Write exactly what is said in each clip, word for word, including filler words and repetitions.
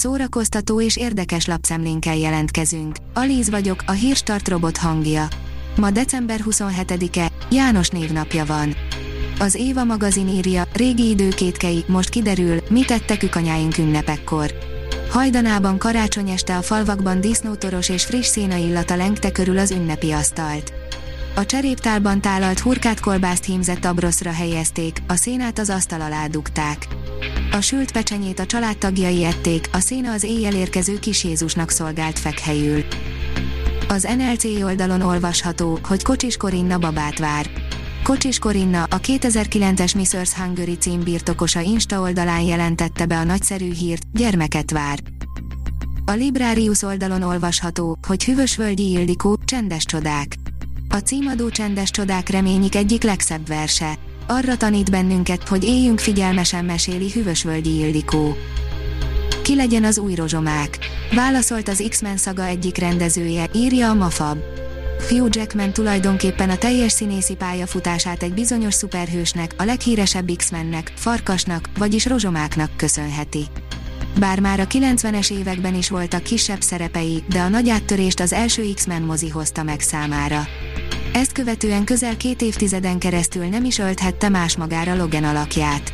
szórakoztató és érdekes lapszemlénkkel jelentkezünk. Alíz vagyok, a Hírstart robot hangja. Ma december huszonhetedike, János névnapja van. Az Éva magazin írja, régi idők étkei, most kiderül, mit tettek anyáink ünnepekkor. Hajdanában karácsony este a falvakban disznótoros és friss széna illata lengte körül az ünnepi asztalt. A cseréptálban tálalt hurkát kolbászt hímzett abroszra helyezték, a szénát az asztal alá dugták. A sült pecsenyét a családtagjai ették, a széna az éjjel érkező kis Jézusnak szolgált fekhelyül. Az en el cé oldalon olvasható, hogy Kocsis Korinna babát vár. Kocsis Korinna, a kétezer-kilences Miss Earth Hungary cím birtokosa Insta oldalán jelentette be a nagyszerű hírt, gyermeket vár. A Librarius oldalon olvasható, hogy Hűvösvölgyi Ildikó, csendes csodák. A címadó Csendes csodák reményik egyik legszebb verse. Arra tanít bennünket, hogy éljünk figyelmesen, meséli Hűvösvölgyi Ildikó. Ki legyen az új rozsomák? Válaszolt az X-Men szaga egyik rendezője, írja a Mafab. Hugh Jackman tulajdonképpen a teljes színészi pályafutását egy bizonyos szuperhősnek, a leghíresebb X-Mennek, Farkasnak, vagyis rozsomáknak köszönheti. Bár már a kilencvenes években is voltak kisebb szerepei, de a nagy áttörést az első X-Men mozi hozta meg számára. Ezt követően közel két évtizeden keresztül nem is ölthette más magára Logan alakját.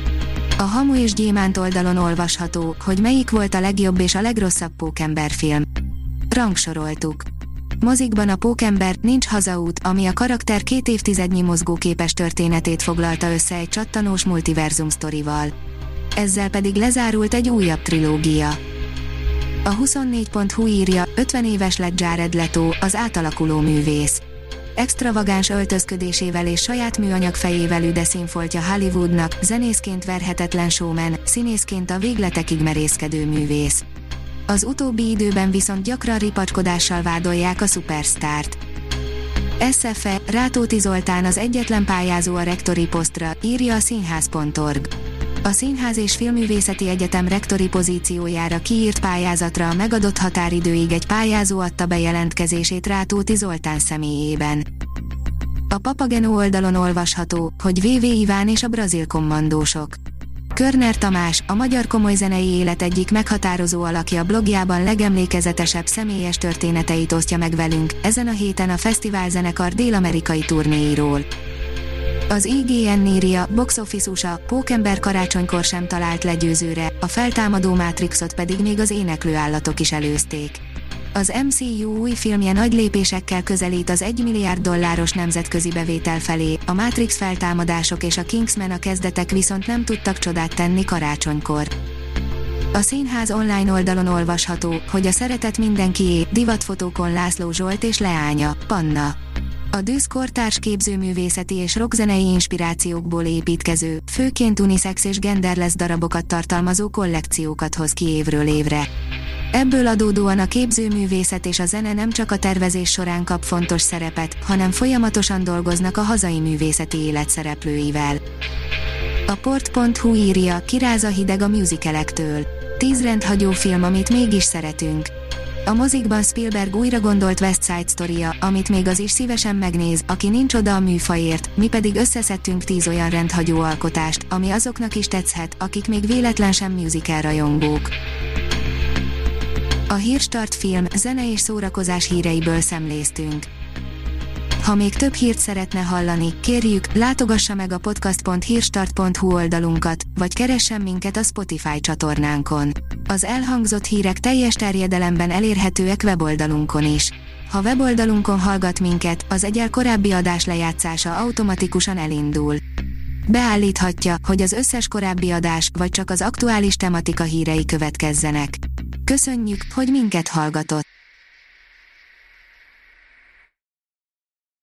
A Hamu és Gyémánt oldalon olvasható, hogy melyik volt a legjobb és a legrosszabb Pókember film. Rangsoroltuk. Mozikban a Pókember, Nincs hazaút, ami a karakter két évtizednyi mozgóképes történetét foglalta össze egy csattanós multiverzum sztorival. Ezzel pedig lezárult egy újabb trilógia. A huszonnégy pont hu írja, ötven éves lett Jared Leto, az átalakuló művész. Extravagáns öltözködésével és saját műanyag fejével üde színfoltja Hollywoodnak, zenészként verhetetlen showman, színészként a végletekig merészkedő művész. Az utóbbi időben viszont gyakran ripacskodással vádolják a szupersztárt. es ef e, Rátóti Zoltán az egyetlen pályázó a rektori posztra, írja a színház pont org. A Színház és Filmművészeti Egyetem rektori pozíciójára kiírt pályázatra a megadott határidőig egy pályázó adta be jelentkezését Rátóti Zoltán személyében. A Papageno oldalon olvasható, hogy vé vé Iván és a brazil kommandósok. Körner Tamás, a magyar komolyzenei élet egyik meghatározó alakja blogjában legemlékezetesebb személyes történeteit osztja meg velünk, ezen a héten a fesztiválzenekar dél-amerikai turnéiról. Az i gé en írja, box office u es á, Pókember karácsonykor sem talált legyőzőre, a feltámadó Matrixot pedig még az éneklő állatok is előzték. Az em cé u új filmje nagy lépésekkel közelít az egy milliárd dolláros nemzetközi bevétel felé, a Matrix feltámadások és a Kingsman a kezdetek viszont nem tudtak csodát tenni karácsonykor. A Színház online oldalon olvasható, hogy a szeretet mindenkié, divatfotókon László Zsolt és leánya, Panna. A Dűsz kortárs képzőművészeti és rockzenei inspirációkból építkező, főként unisex és genderless darabokat tartalmazó kollekciókat hoz ki évről évre. Ebből adódóan a képzőművészet és a zene nem csak a tervezés során kap fontos szerepet, hanem folyamatosan dolgoznak a hazai művészeti élet szereplőivel. A port pont hu írja, kiráz a hideg a musicalektől. Tíz rendhagyó film, amit mégis szeretünk. A mozikban Spielberg újra gondolt West Side Story-ja, amit még az is szívesen megnéz, aki nincs oda a műfajért, mi pedig összeszedtünk tíz olyan rendhagyó alkotást, ami azoknak is tetszhet, akik még véletlen sem musical rajongók. A Hírstart film, zene és szórakozás híreiből szemléztünk. Ha még több hírt szeretne hallani, kérjük, látogassa meg a podcast pont hírstart pont hu oldalunkat, vagy keressen minket a Spotify csatornánkon. Az elhangzott hírek teljes terjedelemben elérhetőek weboldalunkon is. Ha weboldalunkon hallgat minket, az egyel korábbi adás lejátszása automatikusan elindul. Beállíthatja, hogy az összes korábbi adás, vagy csak az aktuális tematika hírei következzenek. Köszönjük, hogy minket hallgatott!